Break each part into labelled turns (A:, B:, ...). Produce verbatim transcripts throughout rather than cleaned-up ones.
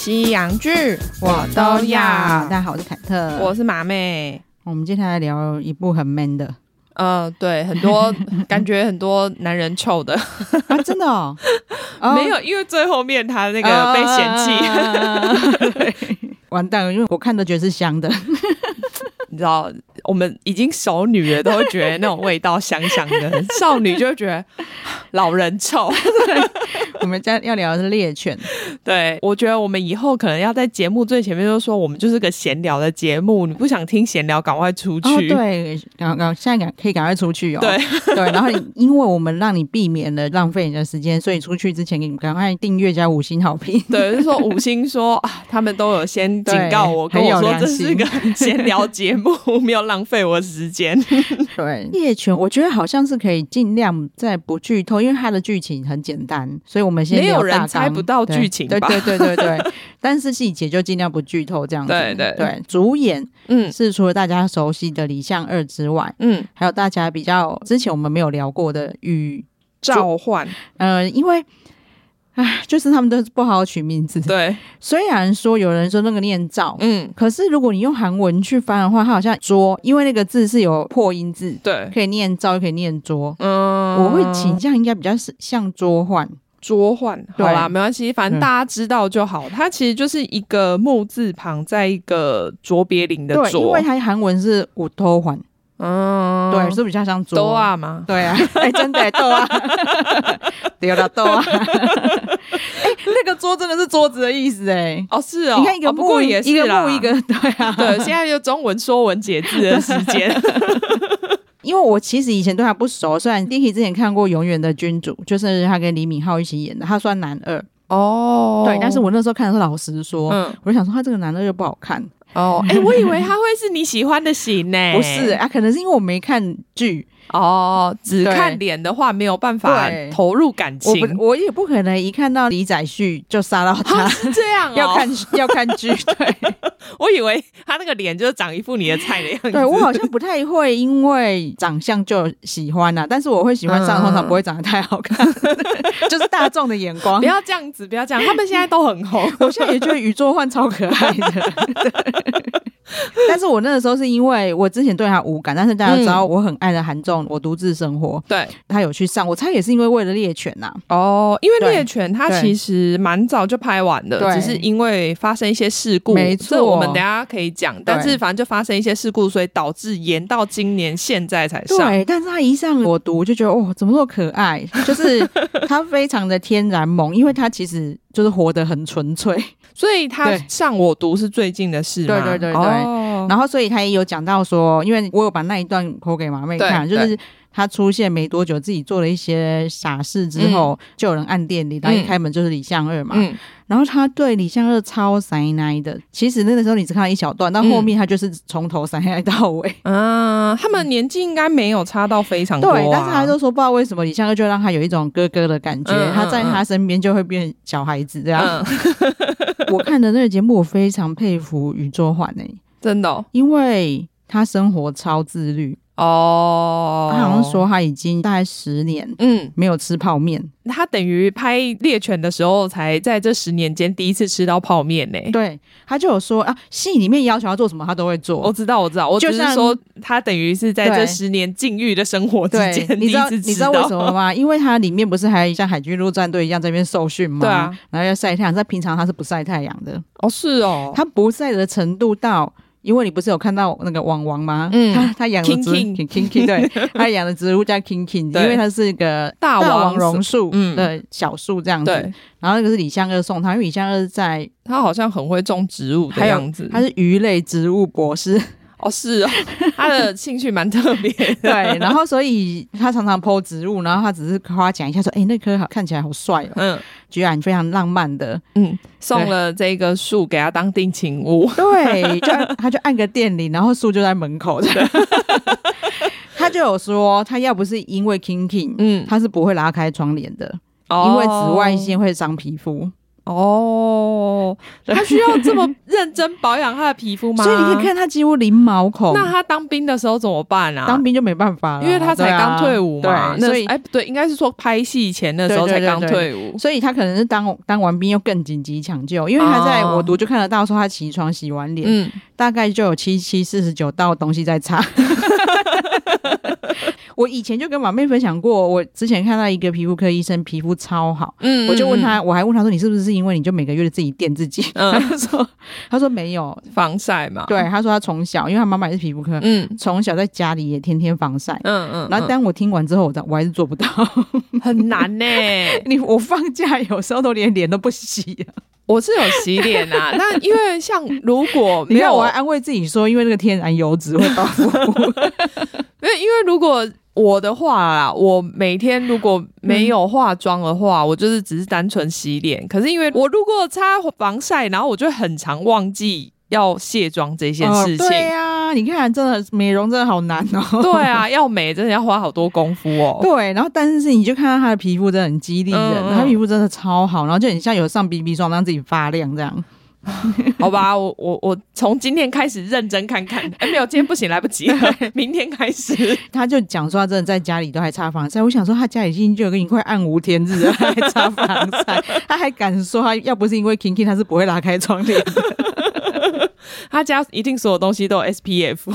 A: 西洋剧我都要。
B: 大家好，我是凯特，
A: 我是马妹。
B: 我们今天来聊一部很 man 的，
A: 呃，对，很多感觉很多男人臭的
B: 啊，真的哦，
A: 没有，因为最后面他那个被嫌弃，
B: 啊、对，完蛋了，因为我看都觉得是香的。
A: 你知道，我们已经熟女了，都会觉得那种味道香香的，少女就会觉得老人臭。
B: 我们家要聊的是猎犬。
A: 对，我觉得我们以后可能要在节目最前面就说，我们就是个闲聊的节目，你不想听闲聊，赶快出去。
B: 哦、对，赶赶现在赶可以赶快出去哦。
A: 对
B: 对，然后因为我们让你避免了浪费你的时间，所以出去之前，你赶快订阅加五星好评。
A: 对，就是说五星说啊，他们都有先警告我，跟我说这是个闲聊节目，没有浪费我的时间。
B: 对，猎犬我觉得好像是可以尽量在不剧透，因为它的剧情很简单，所以我们先聊大纲，
A: 没有人猜不到剧情吧？
B: 对对对对对，但是细节就尽量不剧透这样子。
A: 对对
B: 对，主演
A: 嗯
B: 是除了大家熟悉的李相二之外，嗯，还有大家比较之前我们没有聊过的宇
A: 召唤，
B: 呃，因为。唉，就是他们都不好好取名字。
A: 对，
B: 虽然说有人说那个念赵，嗯，可是如果你用韩文去翻的话，它好像捉，因为那个字是有破音字，
A: 对，
B: 可以念赵，又可以念捉。嗯，我会倾向应该比较像捉换。
A: 捉换，好啦，没关系，反正大家知道就好。它其实就是一个木字旁，在一个卓别林的卓，
B: 对，因为它韩文是五偷环。嗯，对，是比较像桌
A: 啊吗？
B: 对啊，哎、欸，真的耶豆啊，对了豆啊，哎、欸，那个桌真的是桌子的意思哎。
A: 哦，是哦，
B: 你看一个木、
A: 哦、不过也是啦，
B: 一个木一个对啊，
A: 对，现在就中文说文解字的时间。
B: 因为我其实以前对他不熟，虽然 Dicky 之前看过《永远的君主》，就是他跟李敏镐一起演的，他算男二哦，对，但是我那时候看的是老实说，嗯，我就想说他这个男二又不好看。
A: 哦，哎、欸，我以为他会是你喜欢的型呢、欸，
B: 不是啊，可能是因为我没看剧
A: 哦，只看脸的话没有办法投入感情。
B: 我, 我也不可能一看到李宰旭就杀到他，
A: 是这样、哦，
B: 要看要看剧。对，
A: 我以为他那个脸就是长一副你的菜的样子。
B: 对，我好像不太会因为长相就喜欢啊，但是我会喜欢上，通常不会长得太好看，就是大众的眼光。
A: 不要这样子，不要这样，他们现在都很红。
B: 我现在也觉得宇宙焕超可爱的。但是我那个时候是因为我之前对他无感，但是大家知道我很爱的韩综《我独自生活》，对，他有去上，我猜也是因为为了猎犬呐、
A: 啊。哦，因为猎犬它其实蛮早就拍完的，只是因为发生一些事故，
B: 没错，
A: 这我们等一下可以讲。但是反正就发生一些事故，所以导致延到今年现在才上。
B: 对，但是他一上我读就觉得哦，怎么那么可爱？就是他非常的天然萌，因为他其实就是活得很纯粹。
A: 所以他上我读是最近的事吗？
B: 对对对对、哦、然后所以他也有讲到说，因为我有把那一段po给马妹看，就是他出现没多久自己做了一些傻事之后、嗯、就有人按电铃，然后一开门就是李相二嘛、嗯、然后他对李相二超塞奶的，其实那个时候你只看到一小段，到后面他就是从头塞奶到尾。
A: 嗯，他们年纪应该没有差到非常多、啊、
B: 对，但是他都说不知道为什么李相二就让他有一种哥哥的感觉、嗯、他在他身边就会变小孩子这样、嗯、我看的那个节目我非常佩服宇宙焕欸，
A: 真的、哦、
B: 因为他生活超自律哦，他好像说他已经大概十年嗯没有吃泡面，
A: 他等于拍猎犬的时候才在这十年间第一次吃到泡面呢、欸。
B: 对，他就有说啊，戏里面要求他做什么他都会做。
A: 我知道我知道，我只是说他等于是在这十年禁欲的生活之间第一次吃到。
B: 你知道为什么吗？因为他里面不是还像海军陆战队一样在那边受训吗？
A: 对啊，
B: 然后要晒太阳，在平常他是不晒太阳的。
A: 哦，是哦，
B: 他不晒的程度到。因为你不是有看到那个王王吗？嗯，他他养的植物 King King King 对，他养的植物叫 King King， 因为它是一个大王榕树的小树这样子。对，然后那个是李相二送他，因为李相二在
A: 他好像很会种植物的样子，
B: 他是鱼类植物博士。
A: 哦，是哦，他的兴趣蛮特别的。
B: 对，然后所以他常常 po 植物，然后他只是夸奖一下说，哎、欸，那棵好看起来好帅哦，嗯，居然非常浪漫的，嗯，
A: 送了这个树给他当定情物。
B: 对，就他就按个电铃，然后树就在门口。他就有说，他要不是因为 King King， 嗯，他是不会拉开窗帘的，哦、因为紫外线会伤皮肤。
A: 哦，他需要这么认真保养他的皮肤吗？
B: 所以你可以看他几乎零毛孔。
A: 那他当兵的时候怎么办啊？
B: 当兵就没办法了，
A: 因为他才刚退伍嘛。
B: 对，所以
A: 哎，不对，应该是说拍戏前的时候才刚退伍，
B: 所以他可能是当当完兵又更紧急抢救，因为他在我读就看得到说他起床洗完脸，嗯，大概就有七七四十九道东西在擦。我以前就跟马妹分享过，我之前看到一个皮肤科医生皮肤超好，嗯，我就问他，我还问他说你是不是因为你就每个月自己垫自己，嗯，他说他说没有
A: 防晒嘛，
B: 对，他说他从小因为他妈妈也是皮肤科，嗯，从小在家里也天天防晒，嗯嗯，然后当我听完之后，我我还是做不到，
A: 很难呢、欸。
B: 你我放假有时候都连脸都不洗啊。
A: 我是有洗脸啊，但因为像如果没有，
B: 你看我还安慰自己说，因为那个天然油脂会报复。
A: 没有，因为如果我的话啦，我每天如果没有化妆的话，嗯、我就是只是单纯洗脸。可是因为我如果擦防晒，然后我就很常忘记要卸妆这件事情。哦、
B: 对啊，你看，真的美容真的好难哦。
A: 对啊，要美真的要花好多功夫哦。
B: 对，然后但是你就看到她的皮肤真的很激励人，嗯、她皮肤真的超好，然后就很像有上 B B 霜让自己发亮这样。
A: 好吧，我我我从今天开始认真看看。哎、欸，没有，今天不行，来不及了，明天开始。
B: 他就讲说，他真的在家里都还擦防晒。我想说，他家里已经就已经快暗无天日了，他还擦防晒，他还敢说他要不是因为 King King， 他是不会拉开窗帘的。
A: 他家一定所有东西都有 S P F，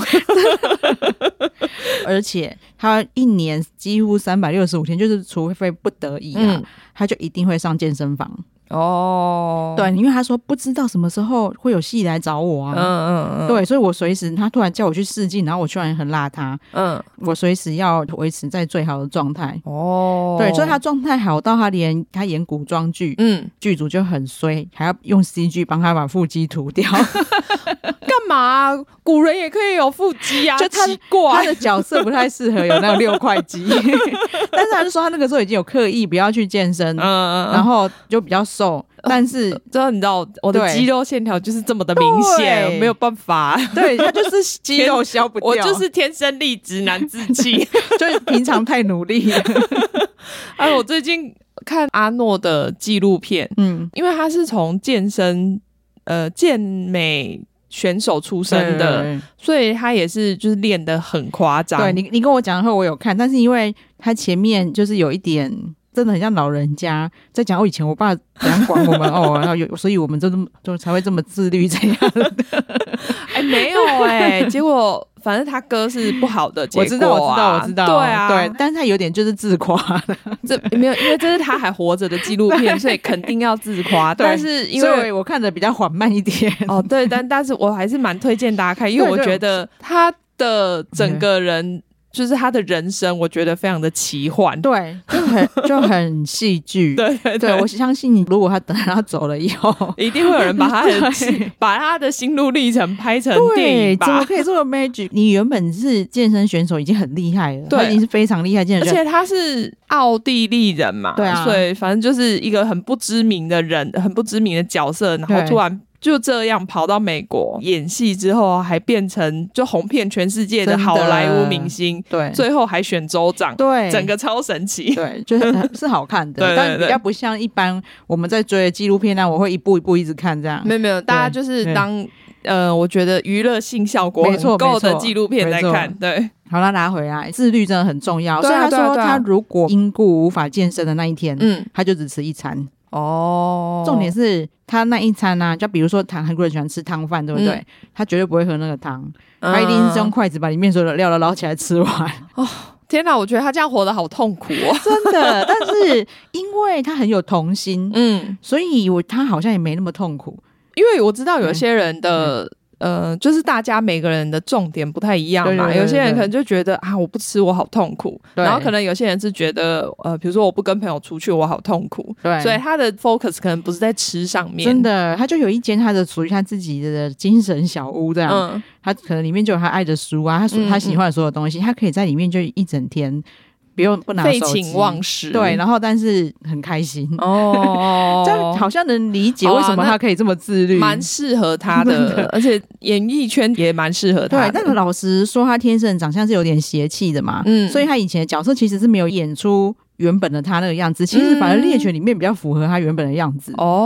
B: 而且他一年几乎三百六十五天，就是除非不得已啊，嗯、他就一定会上健身房。哦，对，因为他说不知道什么时候会有戏来找我啊，嗯嗯嗯，对，所以我随时他突然叫我去试镜，然后我突然很邋遢，嗯，我随时要维持在最好的状态。哦，对，所以他状态好到他连他演古装剧，嗯，剧组就很衰，还要用 C G 帮他把腹肌涂掉。
A: 干嘛、啊？古人也可以有腹肌啊，
B: 就他
A: 奇怪，
B: 他的角色不太适合有那种六块肌。但是他就说他那个时候已经有刻意不要去健身，嗯嗯，然后就比较瘦，但是
A: 真的你知道我的肌肉线条就是这么的明显，没有办法，
B: 对，他就是肌肉消不掉，
A: 我就是天生丽质难自弃，
B: 就是平常太努力了。
A: 哎，我最近看阿诺的纪录片，嗯，因为他是从健身呃健美选手出身的，所以他也是就是练得很夸张。
B: 对，你你跟我讲的时候我有看，但是因为他前面就是有一点真的很像老人家在讲哦，以前我爸怎样管我们哦，然后有所以我们就这么就才会这么自律这样。
A: 哎，没有哎、欸，结果反正他哥是不好的结果、啊，
B: 我知道，我知道，我知道，
A: 对啊，
B: 对，但是他有点就是自夸的，
A: 这没有，因为这是他还活着的纪录片，所以肯定要自夸。但是因为
B: 我看的比较缓慢一点，
A: 哦，对，但但是我还是蛮推荐大家看，因为我觉得他的整个人。就是他的人生，我觉得非常的奇幻，
B: 对，就很就很戏剧，
A: 对对 对,
B: 对，我相信如果他等他走了以后，
A: 一定会有人把他的把他的心路历程拍成电影吧？
B: 怎么可以做 magic？ 你原本是健身选手，已经很厉害了，对，他已经是非常厉害健身，
A: 而且他是奥地利人嘛，
B: 对啊，
A: 所以反正就是一个很不知名的人，很不知名的角色，然后突然。就这样跑到美国演戏之后，还变成就红遍全世界的好莱坞明星，对，最后还选州长，对，整个超神奇，
B: 对，就是是好看的，对对对，但比较不像一般我们在追的纪录片那样，我会一步一步一直看这样，
A: 没有没有，大家就是当呃，我觉得娱乐性效果很够的纪录片在看，对。
B: 好啦，拿回来，自律真的很重要。所以他说，他如果因故无法健身的那一天，嗯，他就只吃一餐。哦，重点是他那一餐啊，就比如说他韩国人喜欢吃汤饭，对不对？嗯、他绝对不会喝那个汤，嗯、他一定是用筷子把里面所有的料都捞起来吃完。
A: 哦，天哪，我觉得他这样活得好痛苦哦，
B: 真的。但是因为他很有童心，嗯，所以我他好像也没那么痛苦。
A: 因为我知道有些人的。嗯嗯呃，就是大家每个人的重点不太一样嘛，对对对对，有些人可能就觉得啊，我不吃我好痛苦，然后可能有些人是觉得呃，比如说我不跟朋友出去我好痛苦，对，所以他的 focus 可能不是在吃上面，
B: 真的，他就有一间他的属于他自己的精神小屋这样，嗯、他可能里面就有他爱的书啊，他所他喜欢的所有东西，嗯嗯，他可以在里面就一整天。不用不拿手机，
A: 废寝忘食，
B: 对，然后但是很开心哦，这样好像能理解为什么他可以这么自律，
A: 蛮适合他的，而且演艺圈也蛮适合他的。
B: 对，但老实说，他天生长相是有点邪气的嘛，嗯，所以他以前的角色其实是没有演出原本的他那个样子，其实反而猎犬里面比较符合他原本的样子哦。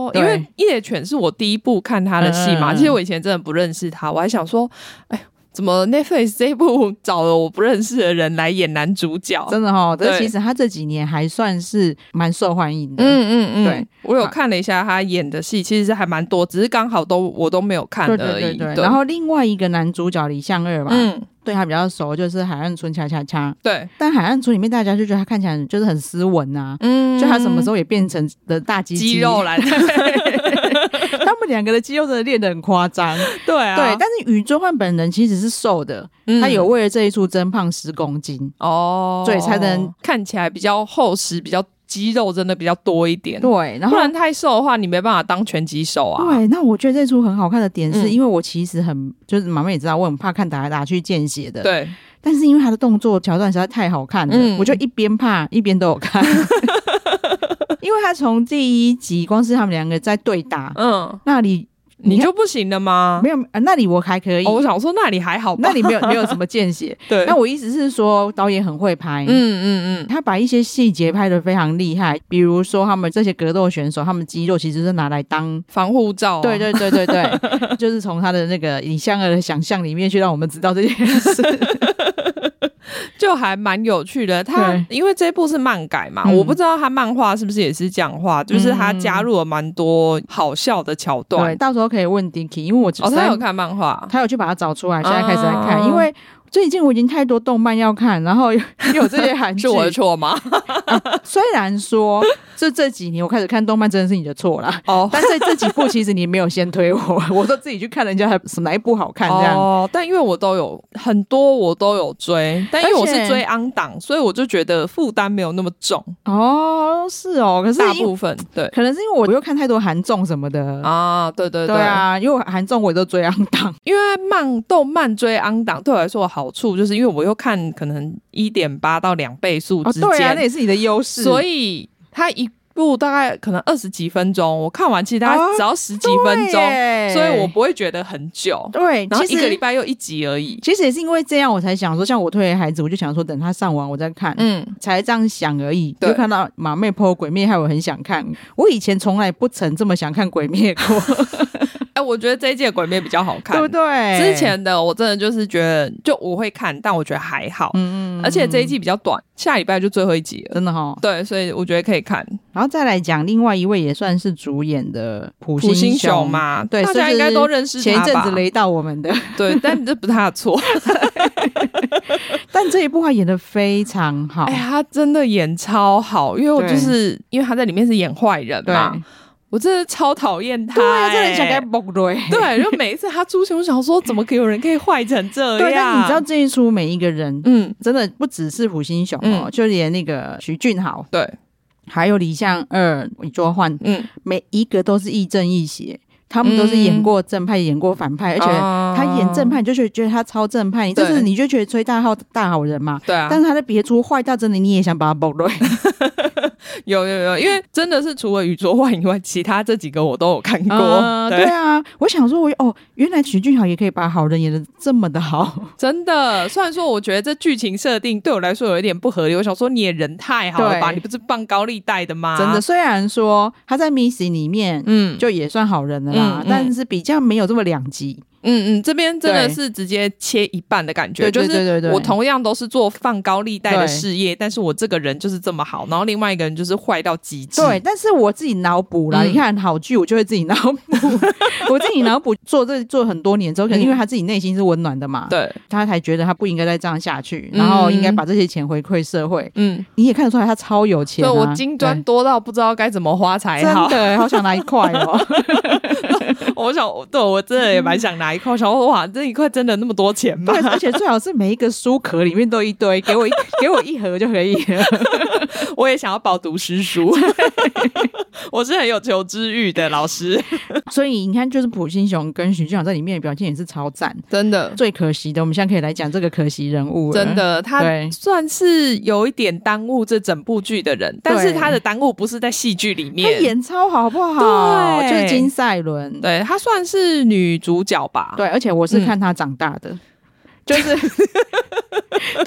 A: 哦，因为夜犬是我第一部看他的戏嘛、嗯、其实我以前真的不认识他，我还想说哎，怎么 Netflix 这一部找了我不认识的人来演男主角，
B: 真的哦，但其实他这几年还算是蛮受欢迎的。
A: 嗯嗯嗯，
B: 对，
A: 我有看了一下他演的戏，其实还蛮多，只是刚好都我都没有看而已。对对对对，
B: 对，然后另外一个男主角李相二吧，嗯，对他比较熟，就是海岸村恰恰恰。
A: 对，
B: 但海岸村里面大家就觉得他看起来就是很斯文啊，嗯，就他什么时候也变成的大鸡鸡
A: 肌肉男。
B: 他们两个的肌肉真的练得很夸张。
A: 对啊，
B: 对，但是宇宙焕本人其实是瘦的、嗯、他有为了这一出增胖十公斤哦，对，才能
A: 看起来比较厚实，比较肌肉真的比较多一点。
B: 对，然后
A: 不然太瘦的话你没办法当拳击手啊。
B: 对，那我觉得这出很好看的点是、嗯、因为我其实很就是妈妈也知道我很怕看打来打去见血的，
A: 对，
B: 但是因为他的动作桥段实在太好看了、嗯、我就一边怕一边都有看。因为他从第一集光是他们两个在对打，嗯，那里
A: 你就不行了吗？
B: 没有、啊、那里我还可以、
A: 哦、我想说那里还好吧，
B: 那里没有没有什么见血。对，那我意思是说导演很会拍，嗯嗯嗯，他把一些细节拍得非常厉害，比如说他们这些格斗选手他们肌肉其实是拿来当
A: 防护罩、啊、
B: 对对对对对就是从他的那个李相二的想象里面去让我们知道这件事。
A: 就还蛮有趣的，他因为这部是漫改嘛、嗯、我不知道他漫画是不是也是这样画，就是他加入了蛮多好笑的桥段。
B: 对，到时候可以问 Dicky， 因为我
A: 哦，他有看漫画，
B: 他有去把它找出来，现在开始在看、啊、因为最近我已经太多动漫要看，然后有这些韩剧。
A: 是我的错吗、
B: 啊、虽然说就这几年我开始看动漫真的是你的错啦，哦，但是这几部其实你没有先推我，我都自己去看人家哪一部好看这样。
A: 哦，但因为我都有很多我都有追，但因为我是追昂档，所以我就觉得负担没有那么重。
B: 哦，是哦，可是
A: 大部分对，
B: 可能是因为我又看太多韩综什么的
A: 啊，对对
B: 对, 对啊，因为韩综我也都追昂档，
A: 因为漫动漫追昂档对我来说好处就是因为我又看可能 一点八 到两倍速之间、
B: 哦、对啊，那也是你的优势，
A: 所以它一部大概可能二十几分钟，我看完其实大概只要十几分钟、哦、所以我不会觉得很久。
B: 对，
A: 然后一个礼拜又一集而已。
B: 其实也是因为这样我才想说，像我推给孩子我就想说等他上完我再看，嗯，才这样想而已。就看到马妹 po 鬼灭害我很想看，我以前从来不曾这么想看鬼灭过。
A: 哎、欸，我觉得这一季的鬼灭比较好看，
B: 对不对？
A: 之前的我真的就是觉得就我会看，但我觉得还好，嗯嗯，而且这一季比较短，下礼拜就最后一集了，
B: 真的齁。
A: 对，所以我觉得可以看。
B: 然后再来讲另外一位也算是主演的朴
A: 星
B: 星
A: 雄嘛，
B: 对，
A: 大家应该都认识他吧？
B: 前一阵子雷到我们的，
A: 对，但这不是他的错。
B: 但这一部他演得非常好，
A: 哎呀，他真的演超好，因为我就是因为他在里面是演坏人嘛。我真的超讨厌他、欸，
B: 对啊，真的想给他崩对，
A: 对，就每一次他出现，我想说，怎么可以有人可以坏成这样？
B: 对，但是你知道这一出每一个人，嗯，真的不只是朴星雄哦，嗯、就连那个徐俊豪，
A: 对，
B: 还有李相二、李卓焕，嗯，每一个都是亦正亦邪。他们都是演过正派、嗯、演过反派，而且他演正派你就觉得觉得他超正派，就是你就觉得崔大浩大好人嘛，对啊。但是他在别出坏到真的你也想把他崩对。
A: 有有有，因为真的是除了宇卓焕以外，其他这几个我都有看过。
B: 呃、对, 对啊，我想说我哦，原来徐俊豪也可以把好人演得这么的好，
A: 真的。虽然说我觉得这剧情设定对我来说有一点不合理，我想说你也人太好了吧，你不是放高利贷的吗？
B: 真的，虽然说他在 Missy 里面，嗯，就也算好人了啦。嗯嗯，但是比较没有这么两极。
A: 嗯嗯，这边真的是直接切一半的感觉，就是我同样都是做放高利贷的事业，但是我这个人就是这么好，然后另外一个人就是坏到极致。对，
B: 但是我自己脑补啦、嗯，你看好剧我就会自己脑补，我自己脑补做这做很多年之后，可能因为他自己内心是温暖的嘛，对、嗯，他才觉得他不应该再这样下去，然后应该把这些钱回馈社会。嗯，你也看得出来他超有钱、啊，
A: 对，我金砖多到不知道该怎么花才好，
B: 真的好想拿一块哦。
A: 我想，对我真的也蛮想拿一块，我想说哇，这一块真的那么多钱吗？
B: 对，而且最好是每一个书壳里面都一堆，给我一给我一盒就可以了。
A: 我也想要饱读诗书，我是很有求知欲的老师。
B: 所以你看，就是朴星雄跟徐俊豪在里面的表现也是超赞，
A: 真的。
B: 最可惜的，我们现在可以来讲这个可惜人物了。
A: 真的，他算是有一点耽误这整部剧的人，但是他的耽误不是在戏剧里面，
B: 他演超好，不好？对，就是金赛纶，
A: 对，她算是女主角吧？
B: 对，而且我是看她长大的。嗯，就是他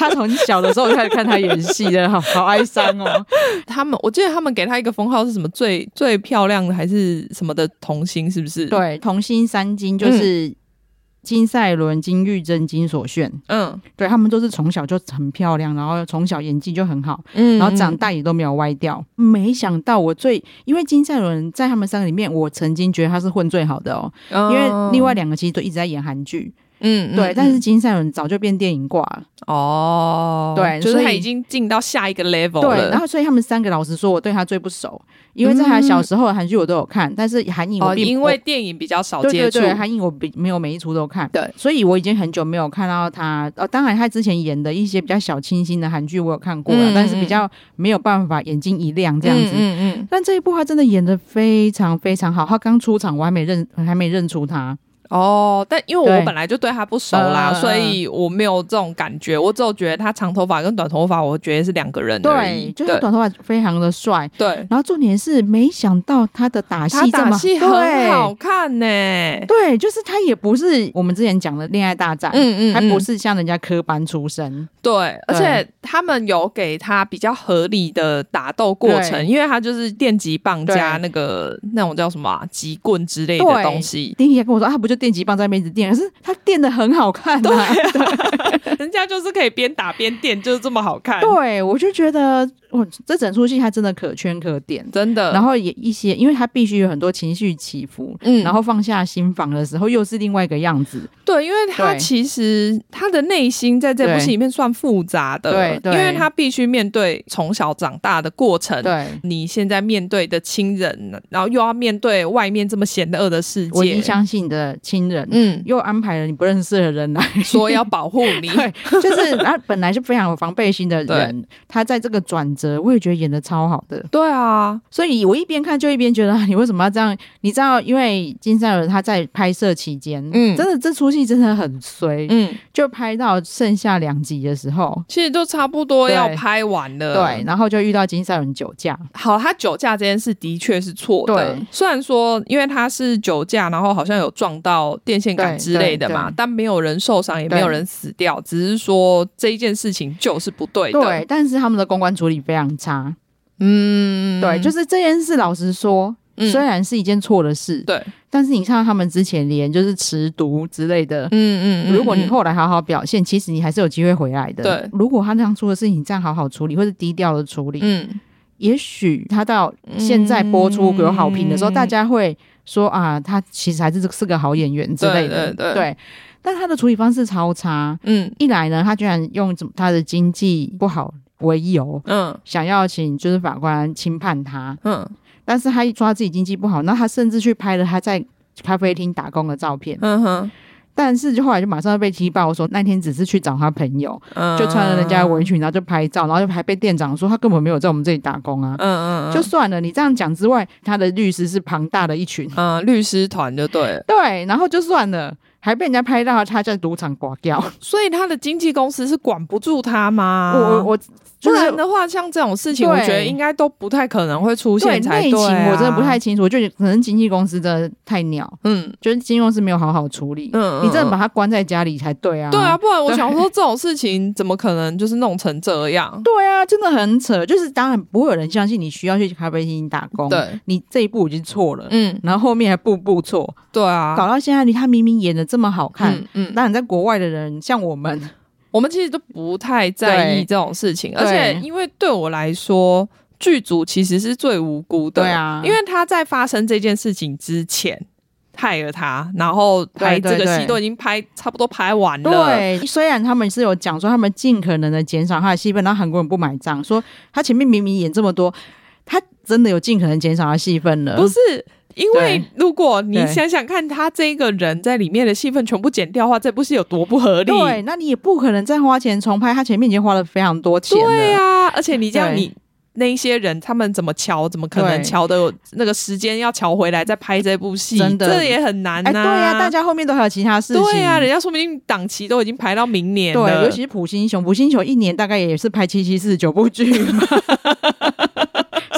B: 他从小的时候开始看他演戏的，好好哀伤哦。
A: 他们我记得他们给他一个封号是什么最最漂亮的还是什么的童星，是不是？
B: 对，童星三金就是金赛纶、金玉珍、金所炫。嗯，对，他们都是从小就很漂亮，然后从小演技就很好，嗯，然后长大也都没有歪掉。没想到我最因为金赛纶在他们三个里面，我曾经觉得他是混最好的哦，哦因为另外两个其实都一直在演韩剧。嗯，对，嗯、但是金赛纶早就变电影挂了
A: 哦，对，
B: 就是
A: 他已经进到下一个 level 了。
B: 对，然后所以他们三个老实说，我对他最不熟，因为在他小时候的韩剧我都有看，但是韩影我并、
A: 哦、因为电影比较少接触，
B: 对对对，韩影我比没有每一出都看，对，所以我已经很久没有看到他。呃，当然他之前演的一些比较小清新的韩剧我有看过了、嗯，但是比较没有办法眼睛一亮这样子。嗯嗯嗯。但这一部他真的演得非常非常好，他刚出场我还没认还没认出他。
A: 哦，但因为我本来就对他不熟啦、呃、所以我没有这种感觉，我只有觉得他长头发跟短头发我觉得是两个人而已。
B: 对，就是短头发非常的帅。对，然后重点是没想到他的打戏这么，
A: 他打戏很好看呢、欸。
B: 对，就是他也不是我们之前讲的恋爱大战，嗯嗯，还不是像人家科班出身。
A: 对，而且他们有给他比较合理的打斗过程，因为他就是电击棒加那个那种叫什么、啊、击棍之类的东西。
B: 丁婷还跟我说，啊，他不就电击棒在那边一直电，可是他电得很好看、啊。
A: 对、啊，人家就是可以边打边电，就是这么好看。
B: 对，我就觉得哇，这整出戏他真的可圈可点，
A: 真的。
B: 然后也一些，因为他必须有很多情绪起伏，嗯，然后放下心防的时候又是另外一个样子。
A: 对，因为他其实他的内心在这部戏里面算复杂的，对，对，因为他必须面对从小长大的过程，对，你现在面对的亲人，然后又要面对外面这么险恶的世界，
B: 我已经相信你的亲人，嗯，又安排了你不认识的人来
A: 说要保护你，
B: 对，就是他本来就非常有防备心的人，他在这个转折，我也觉得演得超好的。
A: 对啊，
B: 所以我一边看就一边觉得，你为什么要这样？你知道，因为金赛纶他在拍摄期间，嗯，真的这出戏真的很衰，嗯，就拍到剩下两集的时候，
A: 其实都差不多要拍完了，
B: 对，然后就遇到金赛纶酒驾。
A: 好，他酒驾这件事的确是错的，对，虽然说因为他是酒驾，然后好像有撞到电线杆之类的嘛，但没有人受伤，也没有人死掉，只是说这一件事情就是不对的，
B: 对，但是他们的公关处理非常差。嗯，对，就是这件事老实说、嗯、虽然是一件错的事，对，但是你看到他们之前连就是持毒之类的，嗯嗯，如果你后来好好表现、嗯、其实你还是有机会回来的。对，如果他这样出的事情这样好好处理或是低调的处理，嗯，也许他到现在播出有好评的时候、嗯、大家会说啊，他其实还是是个好演员之类的。对对 对, 对，但他的处理方式超差。嗯，一来呢他居然用他的经济不好为由，嗯，想要请就是法官轻判他，嗯，但是他一抓自己经济不好，那他甚至去拍了他在咖啡厅打工的照片，嗯哼，但是就后来就马上被踢爆说那天只是去找他朋友，嗯，就穿了人家的围裙，然后就拍照，然后就还被店长说他根本没有在我们这里打工啊，嗯嗯，就算了，你这样讲之外，他的律师是庞大的一群，
A: 嗯，律师团就对了，
B: 对，然后就算了。还被人家拍到他在赌场刮掉，
A: 所以他的经纪公司是管不住他吗？
B: 我我、就是、
A: 不然的话，像这种事情，我觉得应该都不太可能会出现才对、啊。
B: 内情我真的不太清楚，我觉得可能经纪公司真的太鸟，嗯，就是经纪公司没有好好处理，嗯, 嗯, 嗯，你真的把他关在家里才对啊。
A: 对啊，不然我想说这种事情怎么可能就是弄成这样？
B: 对啊，真的很扯。就是当然不会有人相信你需要去咖啡厅打工，对，你这一步已经错了，嗯，然后后面还步步错，
A: 对啊，
B: 搞到现在你他明明演的这么好看。嗯嗯，当然在国外的人像我们
A: 我们其实都不太在意这种事情，而且因为对我来说剧组其实是最无辜的，对啊，因为他在发生这件事情之前害了他，然后拍这个戏都已经拍差不多拍完了。
B: 对，虽然他们是有讲说他们尽可能的减少他的戏份，然后韩国人不买账，说他前面明明演这么多，他真的有尽可能减少他戏份了，
A: 不是？因为如果你想想看他这个人在里面的戏份全部剪掉的话，这部戏有多不合理。
B: 对，那你也不可能再花钱重拍，他前面已经花了非常多钱了。
A: 对啊，而且你这样你那一些人他们怎么瞧，怎么可能瞧的那个时间要瞧回来再拍这部戏，真的这也很难啊、欸、
B: 对啊，大家后面都还有其他事情。
A: 对啊，人家说不定档期都已经排到明年了。
B: 对，尤其是朴星雄，朴星雄一年大概也是拍七七四十九部剧嘛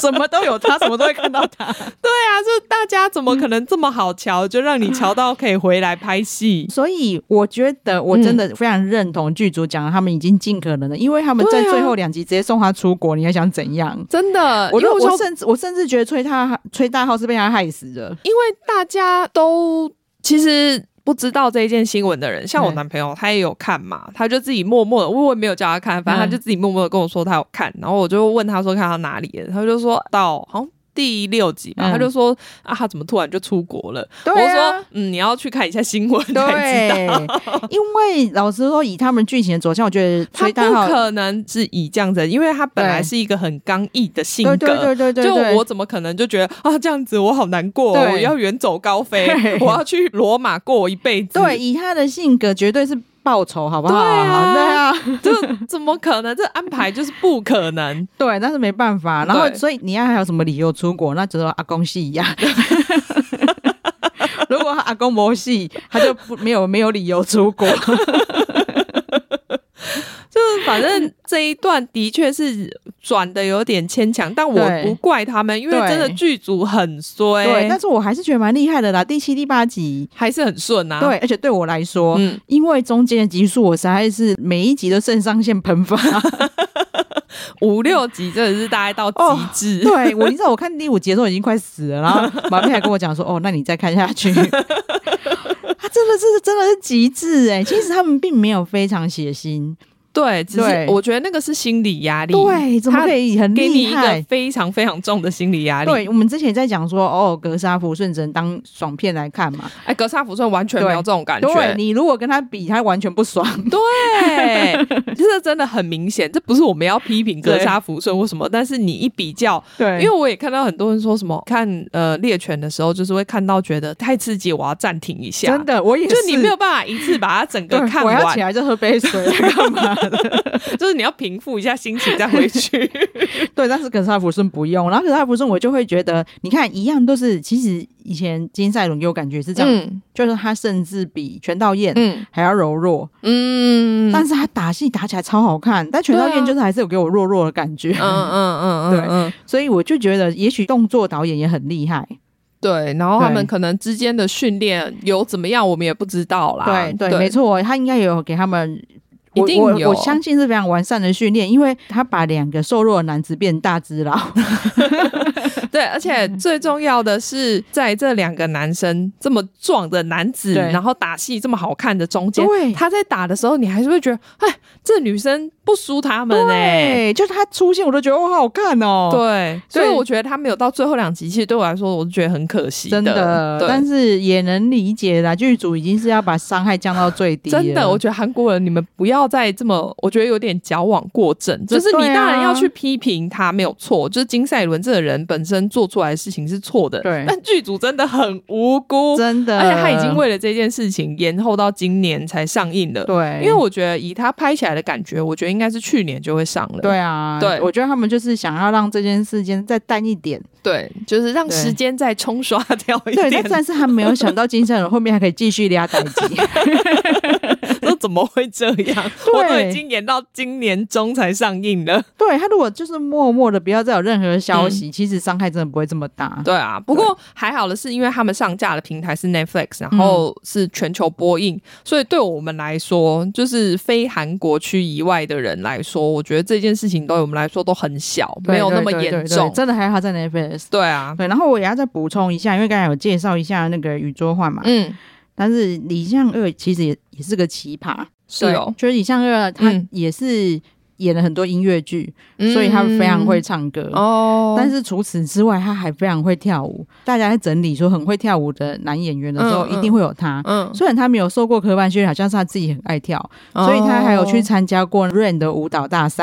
B: 什么都有他，什么都会看到他。
A: 对啊，就大家怎么可能这么好瞧，就让你瞧到可以回来拍戏？
B: 所以我觉得我真的非常认同剧组讲的，他们已经尽可能了，因为他们在最后两集直接送他出国，你还想怎样？
A: 真的，
B: 我我我甚至我甚至觉得崔他崔大浩是被他害死的，
A: 因为大家都其实不知道这一件新闻的人，像我男朋友他也有看嘛，他就自己默默的，我也没有叫他看，反正他就自己默默的跟我说他有看，然后我就问他说看到哪里了，他就说到好像第六集吧、嗯、他就说啊他怎么突然就出国了、啊、我说嗯你要去看一下新闻才知道，
B: 因为老实说以他们剧情的走向，我觉得
A: 他不可能是以这样子，因为他本来是一个很刚毅的性格，对对对对对，就我怎么可能就觉得啊这样子我好难过、哦、我要远走高飞，我要去罗马过我一辈子，
B: 对，以他的性格绝对是报仇好不好？对
A: 啊，对啊，这怎么可能？这安排就是不可能。
B: 对，但是没办法。然后，所以你要还有什么理由出国？那只有阿公戏一样。如果他阿公没戏，他就不没有没有理由出国。
A: 就是反正这一段的确是转的有点牵强，但我不怪他们，因为真的剧组很衰。
B: 对，但是我还是觉得蛮厉害的啦，第七、第八集
A: 还是很顺啊。
B: 对，而且对我来说，嗯、因为中间的集数我实在是每一集都肾上腺喷发。
A: 五六集真的是大概到极致、
B: 哦、对，我你知道我看第五集的时候已经快死了，然后马妹还跟我讲说哦那你再看下去。他真的是真的是极致耶，其实他们并没有非常血腥，
A: 对，只是我觉得那个是心理压力，
B: 对，怎么可以很厉害，
A: 给你一个非常非常重的心理压力。
B: 对，我们之前在讲说哦格杀福顺只能当爽片来看嘛，
A: 哎，格杀福顺完全没有这种感觉，
B: 对，你如果跟他比他完全不爽，
A: 对，这真的很明显，这不是我们要批评格杀福顺或什么，但是你一比较，对，因为我也看到很多人说什么看呃猎犬的时候就是会看到觉得太刺激，我要暂停一下，
B: 真的我也是，
A: 就你没有办法一次把它整个看完，
B: 我要起来就喝杯水干嘛
A: 就是你要平复一下心情再回去。
B: 对，但是格杀福顺不用，然后格杀福顺我就会觉得你看一样都是，其实以前金赛纶给我感觉是这样、嗯、就是他甚至比全道彦还要柔弱，嗯，但是他打戏打起来超好看，但全道彦就是还是有给我弱弱的感觉，嗯嗯嗯对嗯，所以我就觉得也许动作导演也很厉害，
A: 对，然后他们可能之间的训练有怎么样我们也不知道啦，
B: 对 对, 对没错，他应该有给他们一定有，我, 我相信是非常完善的训练，因为他把两个瘦弱的男子变大只佬。
A: 对，而且最重要的是在这两个男生这么壮的男子然后打戏这么好看的中间，他在打的时候你还是会觉得哎，这女生不输他们哎、
B: 欸，就是他出现我都觉得哇好好看哦，
A: 对，所以我觉得他没有到最后两集其实对我来说我是觉得很可惜的，
B: 真的，但是也能理解啦，剧组已经是要把伤害降到最低了，
A: 真的，我觉得韩国人你们不要再这么，我觉得有点矫枉过正，就是你当然要去批评他没有错，就是金赛纶这个人本身做出来的事情是错的，对，但剧组真的很无辜，
B: 真的，
A: 而且他已经为了这件事情延后到今年才上映了，对，因为我觉得以他拍起来的感觉，我觉得应该是去年就会上了，
B: 对啊，对，我觉得他们就是想要让这件事情再淡一点，
A: 对，就是让时间再冲刷掉一点，
B: 对，但是他没有想到金赛纶后面还可以继续俩代集。
A: 说怎么会这样？我都已经演到今年中才上映了。
B: 对，他如果就是默默的不要再有任何消息、嗯、其实伤害真的不会这么大。
A: 对啊，不过还好的是因为他们上架的平台是 Netflix， 然后是全球播映、嗯、所以对我们来说就是非韩国区以外的人来说，我觉得这件事情对我们来说都很小，没有那么严重，对对对对，
B: 真的还好在 Netflix。 对
A: 啊，
B: 对，然后我也要再补充一下，因为刚才有介绍一下那个宇宙幻嘛，嗯，但是李相二其实 也, 也是个奇葩，
A: 是哦，
B: 就是李相二他也是演了很多音乐剧、嗯、所以他非常会唱歌哦。但是除此之外他还非常会跳舞，大家在整理说很会跳舞的男演员的时候、嗯、一定会有他、嗯、虽然他没有受过科班训练，好像是他自己很爱跳、哦、所以他还有去参加过 Rain 的舞蹈大赛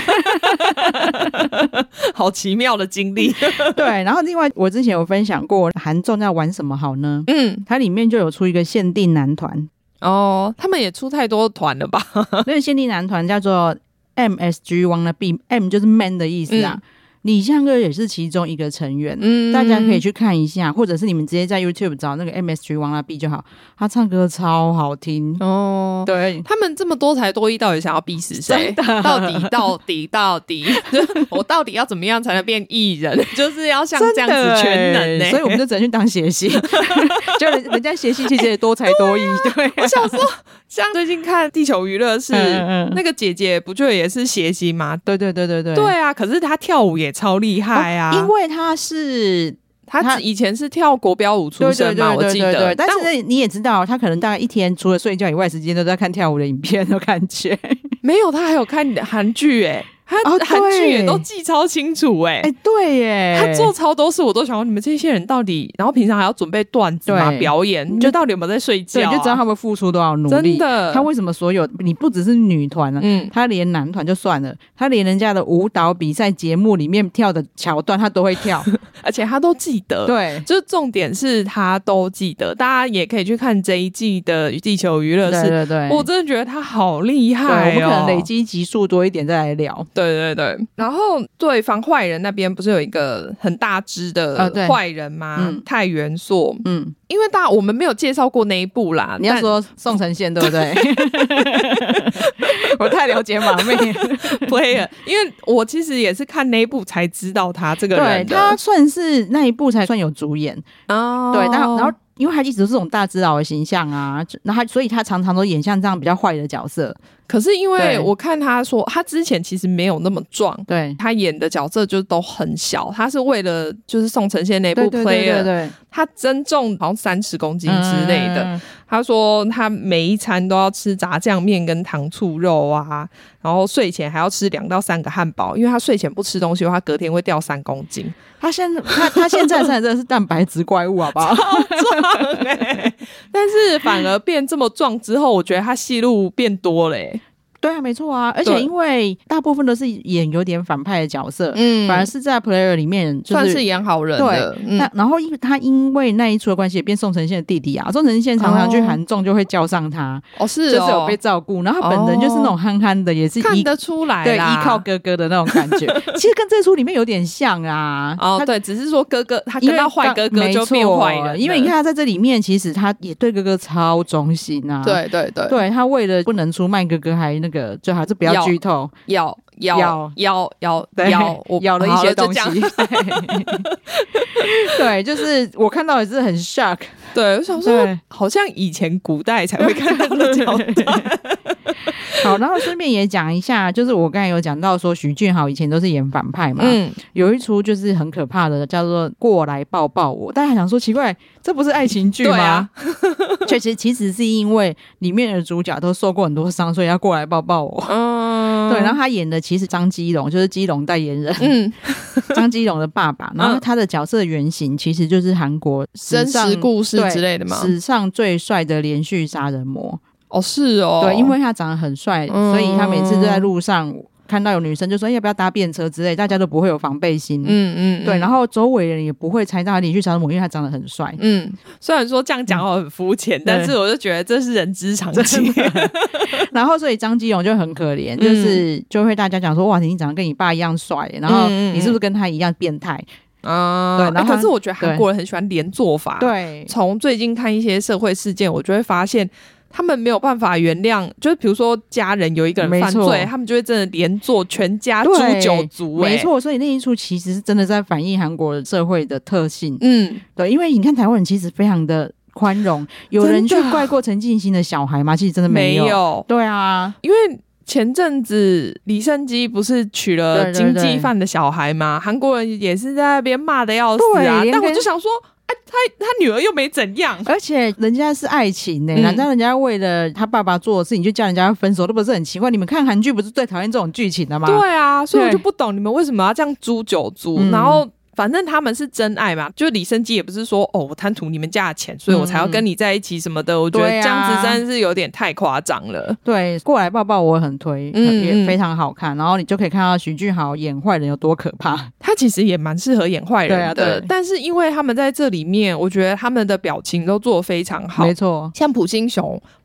A: 好奇妙的经历
B: 对，然后另外我之前有分享过韩综要玩什么好呢，嗯，它里面就有出一个限定男团
A: 哦，他们也出太多团了吧那
B: 个限定男团叫做 M S G Wanna Be， M 就是 man 的意思啊、嗯， 李相二也是其中一个成员，嗯，大家可以去看一下，或者是你们直接在 YouTube 找那个 M S G 王大 B 就好，他唱歌超好听哦。对，
A: 他们这么多才多艺，到底想要逼死谁？到底到底到底，我到底要怎么样才能变艺人？就是要像这样子全能呢、欸，
B: 所以我们就只能去当谐星，就人人家谐星其实也多才多艺。对、啊，
A: 我想说，像最近看地球娱乐室、嗯嗯，那个姐姐不就也是谐星吗？
B: 对对对对对，
A: 对啊，可是她跳舞也超厉害啊，
B: 哦、因为她是。
A: 他以前是跳国标舞出身嘛，我记得。
B: 对对对对，但是你也知道，他可能大概一天除了睡觉以外，时间都在看跳舞的影片的感觉。
A: 没有，他还有看韩剧哎。他韩剧也都记超清楚哎、欸，
B: 哎、欸，对耶，
A: 他做超多事，我都想说你们这些人到底，然后平常还要准备段子嘛，表演，你就到底有没有在睡觉、啊？
B: 对，就知道他们付出多少努力。真的，他为什么所有你不只是女团啊，嗯，他连男团就算了，他连人家的舞蹈比赛节目里面跳的桥段他都会跳，
A: 而且他都记得。对，就是重点是他都记得。大家也可以去看这一季的地球娱乐室，对对对，我真的觉得他好厉害哦。
B: 我们可能累积集数多一点再来聊。
A: 对对对。然后对防坏人那边不是有一个很大只的坏人吗？呃嗯、太元朔，嗯，因为大我们没有介绍过那一部啦。
B: 你要说宋承宪对不对？我太了解马妹
A: player，因为我其实也是看那一部才知道他这个人的，
B: 对，他算是那一部才算有主演哦。对，然后然后。因为他一直都是这种大只佬的形象啊，然后他所以他常常都演像这样比较坏的角色。
A: 可是因为我看他说，他之前其实没有那么壮，对，他演的角色就都很小。他是为了就是宋承宪那部 player， 对对对对对，他增重好像三十公斤之类的。嗯、他说他每一餐都要吃炸酱面跟糖醋肉啊，然后睡前还要吃两到三个汉堡，因为他睡前不吃东西的话，隔天会掉三公斤。
B: 他现在他他现在真的是蛋白质怪物，好不好？
A: 超壮欸但是反而变这么壮之后，我觉得他戏路变多了欸。
B: 对啊，没错啊，而且因为大部分都是演有点反派的角色，嗯，反而是在 Player 里面、就是、
A: 算是演好人的。
B: 对，嗯、然后因为他因为那一出的关系，也变宋承宪的弟弟啊。宋承宪常常去韩综就会叫上他，
A: 哦，是哦，
B: 就是有被照顾。然后他本人就是那种憨憨的，也是
A: 看得出来啦，
B: 对，依靠哥哥的那种感觉。其实跟这出里面有点像啊。
A: 哦，对，只是说哥哥他跟到坏哥哥就变坏人，
B: 因为你看他在这里面，其实他也对哥哥超忠心啊。
A: 对对对，
B: 对他为了不能出卖哥哥，还那个就还是不要。要剧透，
A: 要要要要要要，
B: 我咬了一些东西。对, 对，就是我看到也是很 shock。
A: 对，我想说，好像以前古代才会看到的桥段。
B: 好，然后顺便也讲一下，就是我刚才有讲到说，许俊豪以前都是演反派嘛，嗯，有一出就是很可怕的，叫做《过来抱抱我》。大家想说奇怪，这不是爱情剧吗？对啊，确实，其实是因为里面的主角都受过很多伤，所以要过来抱抱我。嗯，对，然后他演的其实张基龙，就是基隆代言人，嗯，张基龙的爸爸。然后他的角色原型其实就是韩国
A: 真实故事之类的吗？
B: 史上最帅的连续杀人魔。
A: 哦，是哦，
B: 对，因为他长得很帅，嗯、所以他每次都在路上看到有女生就说要不要搭便车之类，大家都不会有防备心。嗯嗯，对，然后周围人也不会猜到他连续杀人魔，因为他长得很帅。
A: 嗯，虽然说这样讲我很肤浅、嗯，但是我就觉得这是人之常情。
B: 然后所以张基龙就很可怜、嗯，就是就会大家讲说哇，你长得跟你爸一样帅，然后你是不是跟他一样变态？啊、
A: 嗯，对，然后、欸、可是我觉得韩国人很喜欢连坐法。对，从最近看一些社会事件，我就会发现。他们没有办法原谅，就是比如说家人有一个人犯罪，他们就会真的连坐全家诛九族、欸。没
B: 错，所以那一出其实是真的在反映韩国社会的特性。嗯，对，因为你看台湾人其实非常的宽容，有人去怪过陈进兴的小孩吗？其实真的没有。没有，对啊，
A: 因为前阵子李胜基不是娶了经济犯的小孩吗？韩国人也是在那边骂的要死啊，但我就想说。哎、他他女儿又没怎样，
B: 而且人家是爱情呢、欸，难、嗯、道人家为了他爸爸做的事情就叫人家分手，都不是很奇怪？你们看韩剧不是最讨厌这种剧情的吗？
A: 对啊，所以我就不懂你们为什么要这样诛九族，嗯、然后。反正他们是真爱嘛，就李胜基也不是说哦我贪图你们家的钱，所以我才要跟你在一起什么的。嗯、我觉得这样子真的是有点太夸张了。
B: 对，过来抱抱我很推，嗯、也非常好看。然后你就可以看到许俊豪演坏人有多可怕。
A: 他其实也蛮适合演坏人的，
B: 对啊对，
A: 但是因为他们在这里面，我觉得他们的表情都做得非常好。
B: 没错，
A: 像朴星雄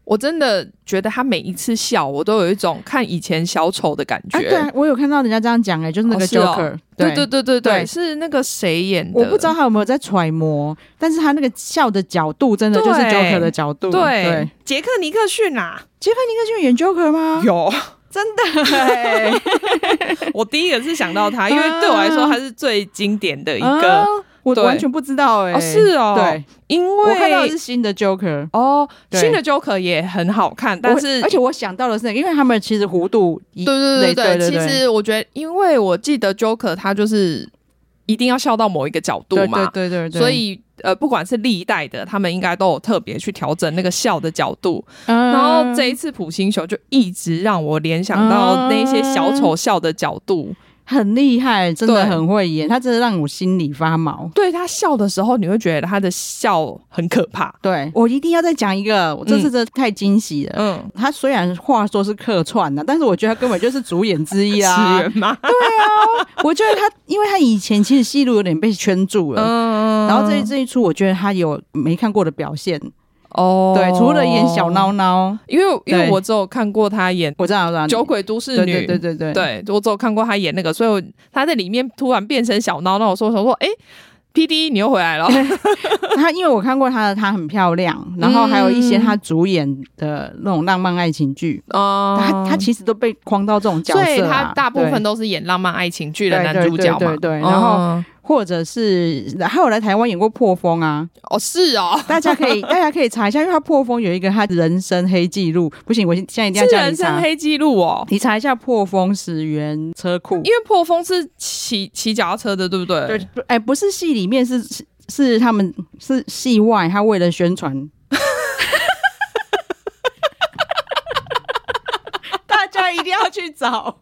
A: 我真的觉得他每一次笑我都有一种看以前小丑的感觉、啊、
B: 对啊，我有看到人家这样讲哎、欸，就是那个 Joker、哦哦、
A: 对对对对 对, 对，是那个谁演的，
B: 我不知道他有没有在揣摩，但是他那个笑的角度真的就是 Joker 的角度。
A: 对, 对，杰克尼克逊啊，
B: 杰克尼克逊演 Joker 吗？
A: 有，
B: 真的欸
A: 我第一个是想到他，因为对我来说他是最经典的一个、啊
B: 我完全不知道哎、欸哦，
A: 是哦，对，因为
B: 我看到的是新的 Joker
A: 哦，新的 Joker 也很好看，但是
B: 而且我想到的是，因为他们其实弧度，
A: 对对对 对, 对, 对，其实我觉得，因为我记得 Joker 他就是一定要笑到某一个角度嘛，
B: 对对对 对, 对，
A: 所以呃，不管是历代的，他们应该都有特别去调整那个笑的角度，嗯、然后这一次普星熊就一直让我联想到那些小丑笑的角度。
B: 很厉害，真的很会演，他真的让我心里发毛。
A: 对，他笑的时候你会觉得他的笑很可怕。
B: 对，我一定要再讲一个，我这次真的太惊喜了。嗯，他虽然话说是客串的，但是我觉得他根本就是主演之一啊。
A: 起源吗？
B: 对啊，我觉得他，因为他以前其实戏路有点被圈住了，嗯，然后这这一出，我觉得他有没看过的表现。哦，对，除了演小孬孬，
A: 因为因为我只有看过他演，
B: 我知道，我知道，
A: 酒鬼都市女，
B: 对对对对
A: 对，对我只有看过他演那个，所以我他在里面突然变成小孬孬，我说我说，哎 ，P D 你又回来了。
B: 他因为我看过他的，他很漂亮，然后还有一些他主演的那种浪漫爱情剧，哦、嗯，他他其实都被框到这种角色、啊，
A: 所以他大部分都是演浪漫爱情剧的男主角嘛，
B: 对对 对, 对, 对, 对，然后。嗯或者是还有来台湾演过破风啊，
A: 哦是哦，
B: 大家可以大家可以查一下，因为他破风有一个他人生黑记录，不行，我现在一定要叫你查，
A: 是人生黑记录哦，
B: 你查一下破风始源车库，
A: 因为破风是骑骑脚踏车的，对不对？
B: 对，哎，不是戏里面，是是他们是戏外，他为了宣传，大家一定要去找。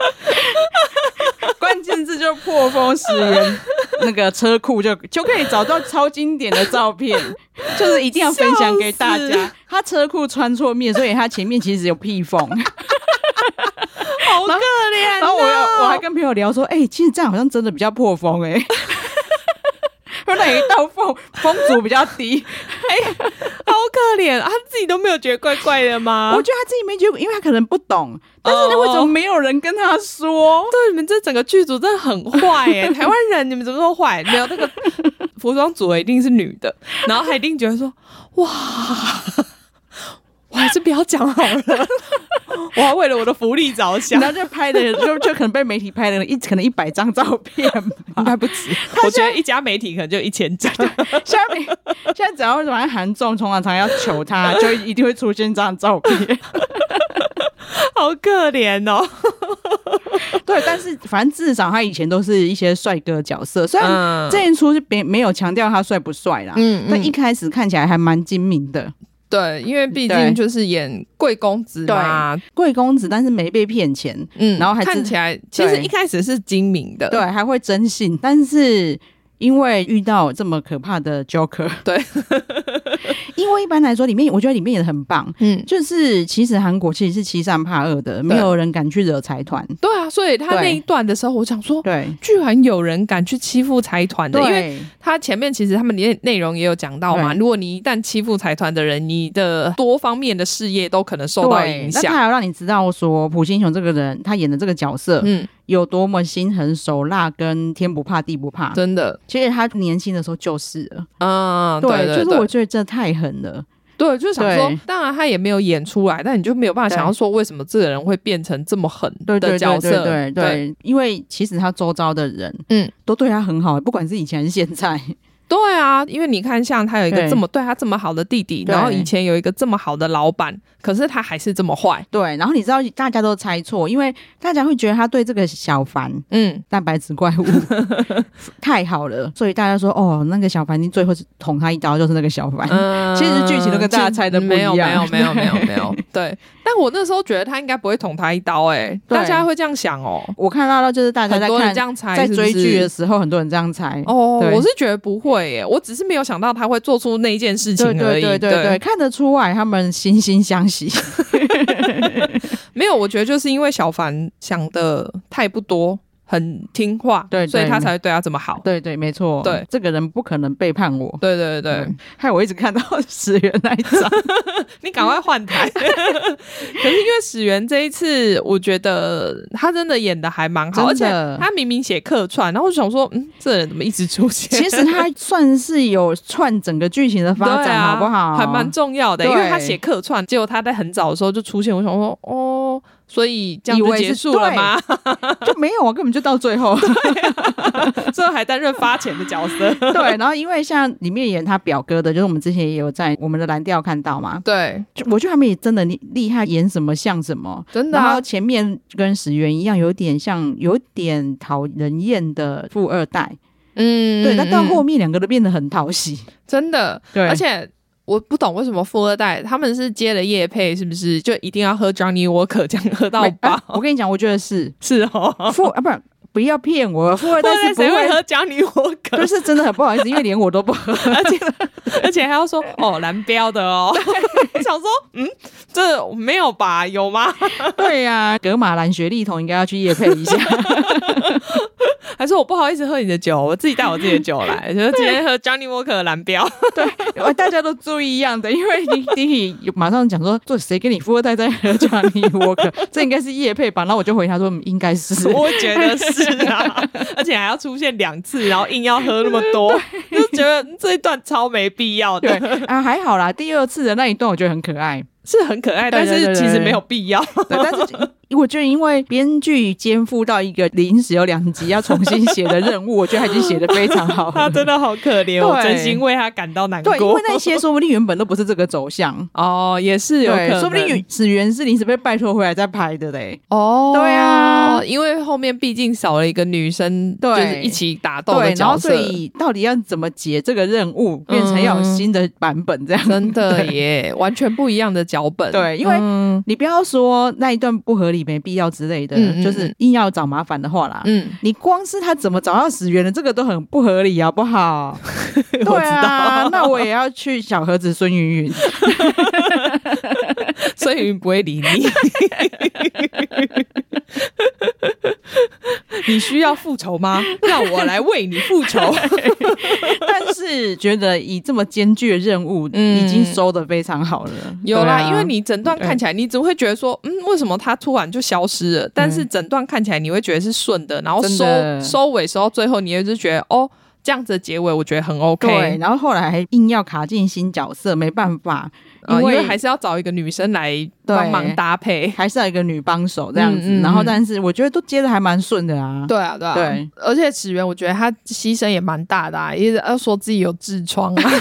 B: 关键字就破风始源那个车库就就可以找到超经典的照片，就是一定要分享给大家。他车库穿错面，所以他前面其实有屁缝，好可
A: 怜、哦。
B: 然后我我还跟朋友聊说，哎、欸，其实这样好像真的比较破风哎、欸。那一道缝风阻比较低，
A: 哎、欸，好可怜啊！他自己都没有觉得怪怪的吗？
B: 我觉得他自己没觉得，因为他可能不懂。但是为什么没有人跟他说？
A: 哦、对，你们这整个剧组真的很坏耶！台湾人，你们怎么说坏？没有那个服装组一定是女的，然后还一定觉得说，哇，我还是不要讲好了。我还为了我的福利着想，
B: 然后就拍的就就可能被媒体拍了一可能一百张照片吧，
A: 应该不止。我觉得一家媒体可能就一千张。
B: 现在现在只要玩韩综，通常常要求他，就一定会出现这张照片。
A: 好可怜哦。
B: 对，但是反正至少他以前都是一些帅哥角色，虽然这一出是没没有强调他帅不帅啦，嗯，但一开始看起来还蛮精明的。
A: 对，因为毕竟就是演贵公子嘛，
B: 贵公子，但是没被骗钱，嗯，然后还
A: 看起来其实一开始是精明的，
B: 对，还会征信，但是因为遇到这么可怕的 Joker，
A: 对，
B: 因为一般来说里面我觉得里面也很棒，嗯，就是其实韩国其实是欺善怕恶的，没有人敢去惹财团，
A: 对啊，所以他那一段的时候我想说，对，居然有人敢去欺负财团的，因为他前面其实他们内内容也有讲到嘛，如果你一旦欺负财团的人，你的多方面的事业都可能受到影响。
B: 那他还要让你知道说朴星雄这个人他演的这个角色，嗯，有多么心狠手辣跟天不怕地不怕，
A: 真的。
B: 其实他年轻的时候就是了，
A: 嗯，
B: 对，
A: 对对对，
B: 就是我觉得这太狠了。
A: 对，就是想说，当然他也没有演出来，但你就没有办法想要说为什么这个人会变成这么狠的角色。
B: 对对对对 对, 对, 对，因为其实他周遭的人，嗯，都对他很好，不管是以前还是现在。
A: 对啊，因为你看像他有一个这么 对, 对他这么好的弟弟，然后以前有一个这么好的老板，可是他还是这么坏。
B: 对，然后你知道大家都猜错，因为大家会觉得他对这个小凡，嗯，蛋白质怪物太好了，所以大家说哦，那个小凡你最后捅他一刀就是那个小凡。嗯，其实剧情都跟大家猜的不一样，
A: 没有没有没有没有没有。对，但我那时候觉得他应该不会捅他一刀、欸，哎，大家会这样想哦。
B: 我看到就是大家在看
A: 很多人这样猜是不是，
B: 在追剧的时候，很多人这样猜。
A: 哦，我是觉得不会。会耶，我只是没有想到他会做出那一件事情而已。
B: 对对对对 对, 对，看得出来他们惺惺相惜。
A: 没有，我觉得就是因为小凡想的太不多， 很听话，对，所以他才会对他这么好。
B: 对对，没错，对，这个人不可能背叛我。
A: 对对对对，
B: 害我一直看到始源那一张，
A: 你赶快换台。可是因为始源这一次，我觉得他真的演的还蛮好，而且他明明写客串，然后我就想说，嗯，这人怎么一直出现？
B: 其实他算是有串整个剧情的发展，啊、好不好？
A: 还蛮重要的，因为他写客串，结果他在很早的时候就出现，我想说，哦。所以这样就结束了吗？
B: 就没有啊，根本就到最后，
A: 最后还担任发钱的角色。
B: 对，然后因为像里面演他表哥的，就是我们之前也有在我们的蓝调看到嘛。
A: 对，
B: 我觉得他们也真的厉害，演什么像什么，
A: 真的、啊。
B: 然后前面跟始源一样，有点像，有点讨人厌的富二代。嗯，对，但到后面两个都变得很讨喜，
A: 真的。对，而且。我不懂为什么富二代他们是接了业配，是不是就一定要喝 Johnny Walker 这样喝到饱、啊？
B: 我跟你讲，我觉得是
A: 是哦，
B: 富啊不是。不要骗我，富二代是不会,
A: 会喝Johnny Walker，
B: 就是真的很不好意思，因为连我都不喝，
A: 而且而且还要说哦蓝标的哦，我想说嗯，这没有吧？有吗？
B: 对呀、啊，格马兰学历童应该要去业配一下。
A: 还是我不好意思喝你的酒，我自己带我自己的酒来，就是今天喝 Johnny Walker 的蓝标。
B: 对，大家都注意一样的，因为你你马上讲说，这谁跟你富二代在喝 Johnny Walker？ 这应该是业配吧？然后我就回他说，应该是，
A: 我觉得是啊，而且还要出现两次，然后硬要喝那么多，就觉得这一段超没必要的。
B: 对啊，还好啦，第二次的那一段我觉得很可爱。
A: 是很可爱，但是其实没有必要。
B: 对，但是我觉得因为编剧肩负到一个临时有两集要重新写的任务，我觉得他已经写得非常好了。
A: 他真的好可怜，我真心为他感到难过。
B: 对，因为那些说不定原本都不是这个走向
A: 哦，也是有可能，
B: 说不定始源是临时被拜托回来再拍的嘞。
A: 哦，
B: 对啊，
A: 因为后面毕竟少了一个女生，对，就是一起打斗的角色，
B: 然后所以到底要怎么解这个任务，变成要有新的版本这样？
A: 真的耶，完全不一样的脚本。
B: 对，因为你不要说那一段不合理、没必要之类的，嗯、就是硬要找麻烦的话啦。嗯，你光是他怎么找到始源的，这个都很不合理，好不好？对啊，那我也要去小盒子孙云云，
A: 孙云云不会理你。你需要复仇吗？让我来为你复仇。
B: 但是觉得以这么艰巨的任务，嗯、已经收得非常好了。
A: 有啦，啊、因为你整段看起来，你只会觉得说，嗯，为什么他突然就消失了？但是整段看起来，你会觉得是顺的，然后收收尾收到最后，你也是觉得哦。这样子的结尾我觉得很 OK，
B: 对，然后后来还硬要卡进新角色，没办法，
A: 因为, 因为还是要找一个女生来帮忙搭配，
B: 还是要一个女帮手这样子。嗯嗯嗯，然后但是我觉得都接得还蛮顺的啊。
A: 对啊，对啊，对，而且始源我觉得他牺牲也蛮大的啊，一直要说自己有痔疮啊。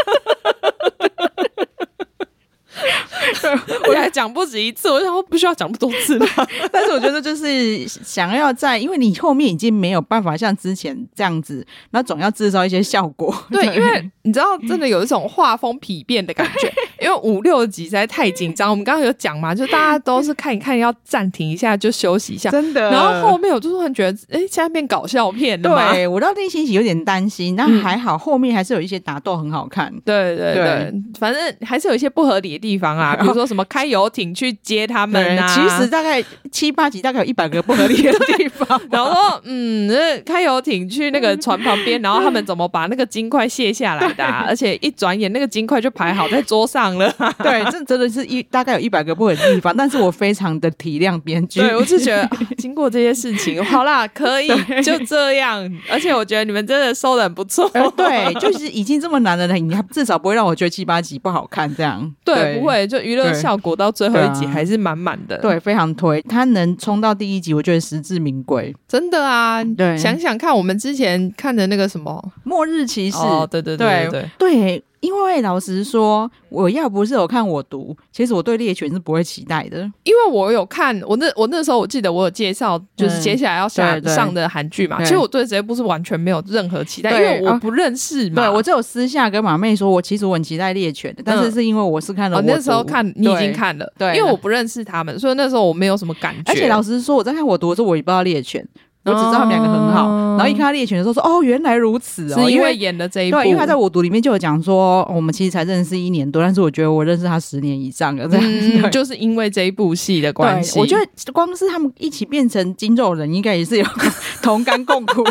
A: 我还讲不止一次，我想说不需要讲那么多次吧。
B: 但是我觉得就是想要在，因为你后面已经没有办法像之前这样子，那总要制造一些效果。
A: 对，因为你知道，真的有一种画风疲变的感觉。因为五六集实在太紧张，我们刚刚有讲嘛，就大家都是看一看要暂停一下就休息一下，
B: 真的。
A: 然后后面我就突然觉得，哎，现在变搞笑片了嘛。
B: 对，我到内心有点担心，那还好，后面还是有一些打斗很好看。
A: 对对 对, 对，反正还是有一一些不合理的地方啊，比如说什么开游艇去接他们啊。
B: 其实大概七八集大概有一百个不合理的地方。
A: 然后说，嗯，开游艇去那个船旁边，然后他们怎么把那个金块卸下来的、啊？而且一转眼那个金块就排好在桌上了。
B: 对，这真的是一大概有一百个不合理的地方，但是我非常的体谅编剧。
A: 对，我是觉得、啊、经过这些事情，好啦，可以就这样。而且我觉得你们真的收得很不错、
B: 呃。对，就是已经这么难了，你至少不会让我觉得七八集不好看这样。
A: 对，对不会，就娱乐效果到最后一集还是满满的。
B: 对，非常推，他能冲到第一集，我觉得实至名归。
A: 真的啊，对，想想看，我们之前看的那个什么
B: 《末日骑士》
A: 哦，对对对对
B: 对, 对, 对。因为老实说，我要不是有看我读，其实我对猎犬是不会期待的。
A: 因为我有看，我那我那时候我记得我有介绍，就是接下来要下、嗯、上的韩剧嘛。其实我对这一部是完全没有任何期待，因为我不认识嘛。
B: 对，我只有私下跟马妹说，我其实我很期待猎犬的，但是是因为我是看了我读、
A: 嗯哦、那时候看你已经看了，对，因为我不认识他们，所以那时候我没有什么感觉。
B: 而且老实说，我在看我读的时候，我也不知道猎犬。我只知道他们两个很好、哦、然后一看他猎犬的时候说哦原来如此哦，
A: 是因为演了这一部。
B: 对，因为他在我读里面就有讲说、哦、我们其实才认识一年多，但是我觉得我认识他十年以上了这样子、
A: 嗯、就是因为这一部戏的关系。
B: 我觉得光是他们一起变成筋肉人应该也是有同甘共苦。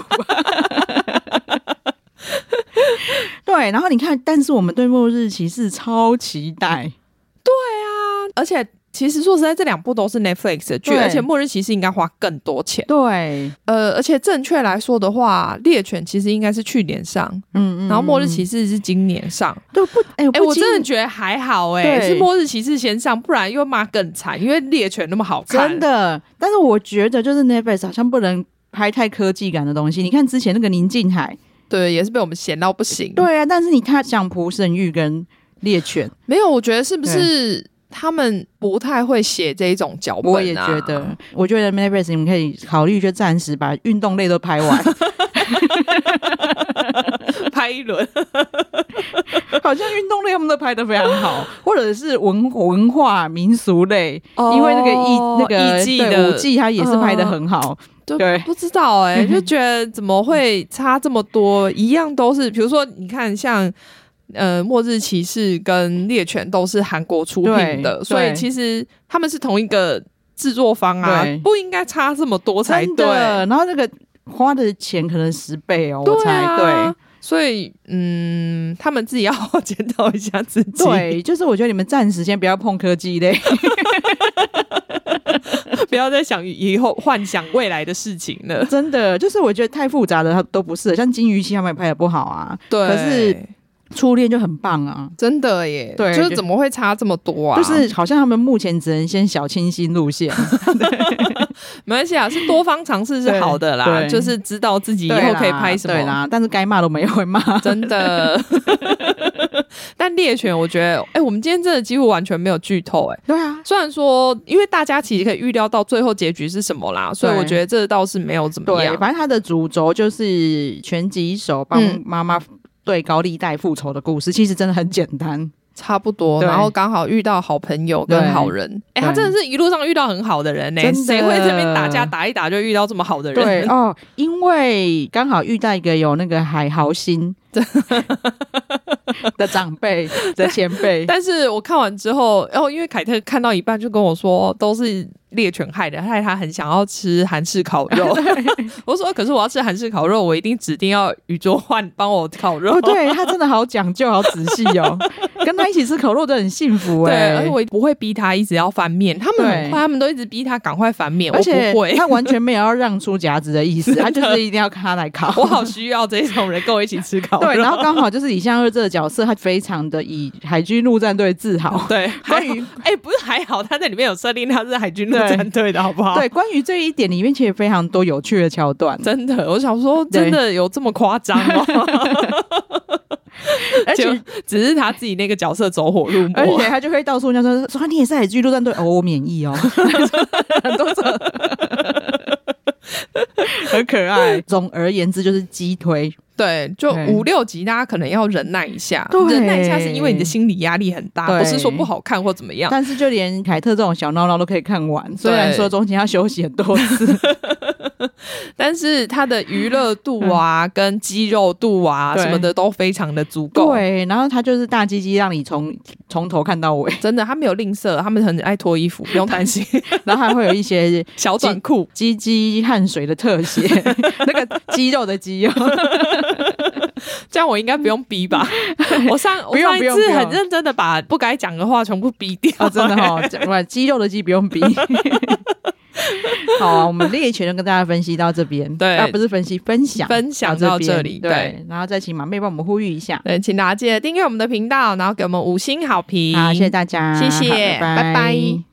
B: 对，然后你看，但是我们对末日骑士超期待。
A: 对啊，而且其实说实在，这两部都是 Netflix 的剧，而且末日骑士应该花更多钱。
B: 对，
A: 呃，而且正确来说的话，猎犬其实应该是去年上，嗯嗯，然后末日骑士是今年上。
B: 对，不，哎、欸欸，
A: 我真的觉得还好、欸，哎，是末日骑士先上，不然又骂更惨，因为猎犬那么好看，
B: 真的。但是我觉得就是 Netflix 好像不能拍太科技感的东西。你看之前那个宁静海。
A: 对，也是被我们嫌到不行。
B: 对啊，但是你看像朴圣玉跟猎犬，
A: 没有，我觉得是不是他们不太会写这种脚本啊？
B: 我也觉得，我觉得 Netflix 你们可以考虑就暂时把运动类都拍完，
A: 拍一轮。
B: 好像运动类他们都拍得非常好，或者是文文化民俗类，哦、因为那个艺那个
A: 艺伎的
B: 舞伎，它也是拍得很好。嗯
A: 对，不知道哎、欸，就觉得怎么会差这么多？一样都是，比如说你看像呃《末日骑士》跟《猎犬》都是韩国出品的，所以其实他们是同一个制作方啊，不应该差这么多才对。
B: 然后那个花的钱可能十倍哦，
A: 对啊、
B: 我猜对。
A: 所以，嗯，他们自己要好好检讨一下自己。
B: 对，就是我觉得你们暂时先不要碰科技类。
A: 不要再想以后幻想未来的事情了，
B: 真的就是我觉得太复杂的它都不是，像金鱼期他们也拍得不好啊，
A: 对，
B: 可是初恋就很棒啊，
A: 真的耶，对，就是怎么会差这么多啊？
B: 就是好像他们目前只能先小清新路线，
A: 没关系啊，是多方尝试是好的啦，就是知道自己以后可以拍什么，
B: 对啦，但是该骂都没会骂，
A: 真的。但猎犬我觉得哎、欸，我们今天真的几乎完全没有剧透哎、欸，
B: 对啊，
A: 虽然说因为大家其实可以预料到最后结局是什么啦，所以我觉得这倒是没有怎么样。
B: 对，反正他的主轴就是拳击手帮妈妈对高利贷复仇的故事，其实真的很简单。
A: 差不多，然后刚好遇到好朋友跟好人，哎、欸，他真的是一路上遇到很好的人呢、欸，谁会这边打架打一打就遇到这么好的人？
B: 对哦，因为刚好遇到一个有那个海豪心的长辈的前辈，
A: 但是我看完之后，然、哦、后因为凯特看到一半就跟我说，都是猎犬害的，害他很想要吃韩式烤肉。我说，可是我要吃韩式烤肉，我一定指定要宇宙焕帮我烤肉。
B: 哦，对他真的好讲究，好仔细哦。跟他一起吃烤肉都很幸福哎、欸，
A: 对，而且我不会逼他一直要翻面，他们很快，他们都一直逼他赶快翻面，
B: 而且
A: 我不会，
B: 他完全没有要让出夹子的意思，他就是一定要他来烤。
A: 我好需要这种人跟我一起吃烤肉。
B: 对，然后刚好就是李相二这个角色，他非常的以海军陆战队自豪。
A: 对，关于哎、欸，不是还好，他在里面有设定他是海军陆战队的，好不好？
B: 对，关于这一点里面其实非常多有趣的桥段，
A: 真的，我想说，真的有这么夸张吗？而且只是他自己那个角色走火入魔，
B: 而且他就会到处讲说说你也是海军陆战队哦，我免疫哦，很多种，很可爱。总而言之就是激推。
A: 对，就五六集，大家可能要忍耐一下，忍耐一下是因为你的心理压力很大，不是说不好看或怎么样。
B: 但是就连凯特这种小闹闹都可以看完，虽然说中间要休息很多次，
A: 但是它的娱乐度啊、嗯、跟肌肉度啊什么的都非常的足够。
B: 对，然后它就是大鸡鸡让你从从头看到尾，
A: 真的，他没有吝啬，他们很爱脱衣服，不用担心。
B: 然后还会有一些
A: 小短裤、
B: 鸡鸡汗水的特写，那个肌肉的肌肉。
A: 这样我应该不用逼吧？我上我上一次很认真的把不该讲的话全部逼掉、欸
B: 哦、真的哦，讲完肌肉的肌不用逼。好啊，我们猎犬就跟大家分析到这边，
A: 对，
B: 啊，不是分析，分享，
A: 分享到这里，
B: 对，对，然后再请马妹帮我们呼吁一下，
A: 对，请大家记得订阅我们的频道，然后给我们五星好评，
B: 好，谢谢大家，
A: 谢谢，拜拜。拜拜。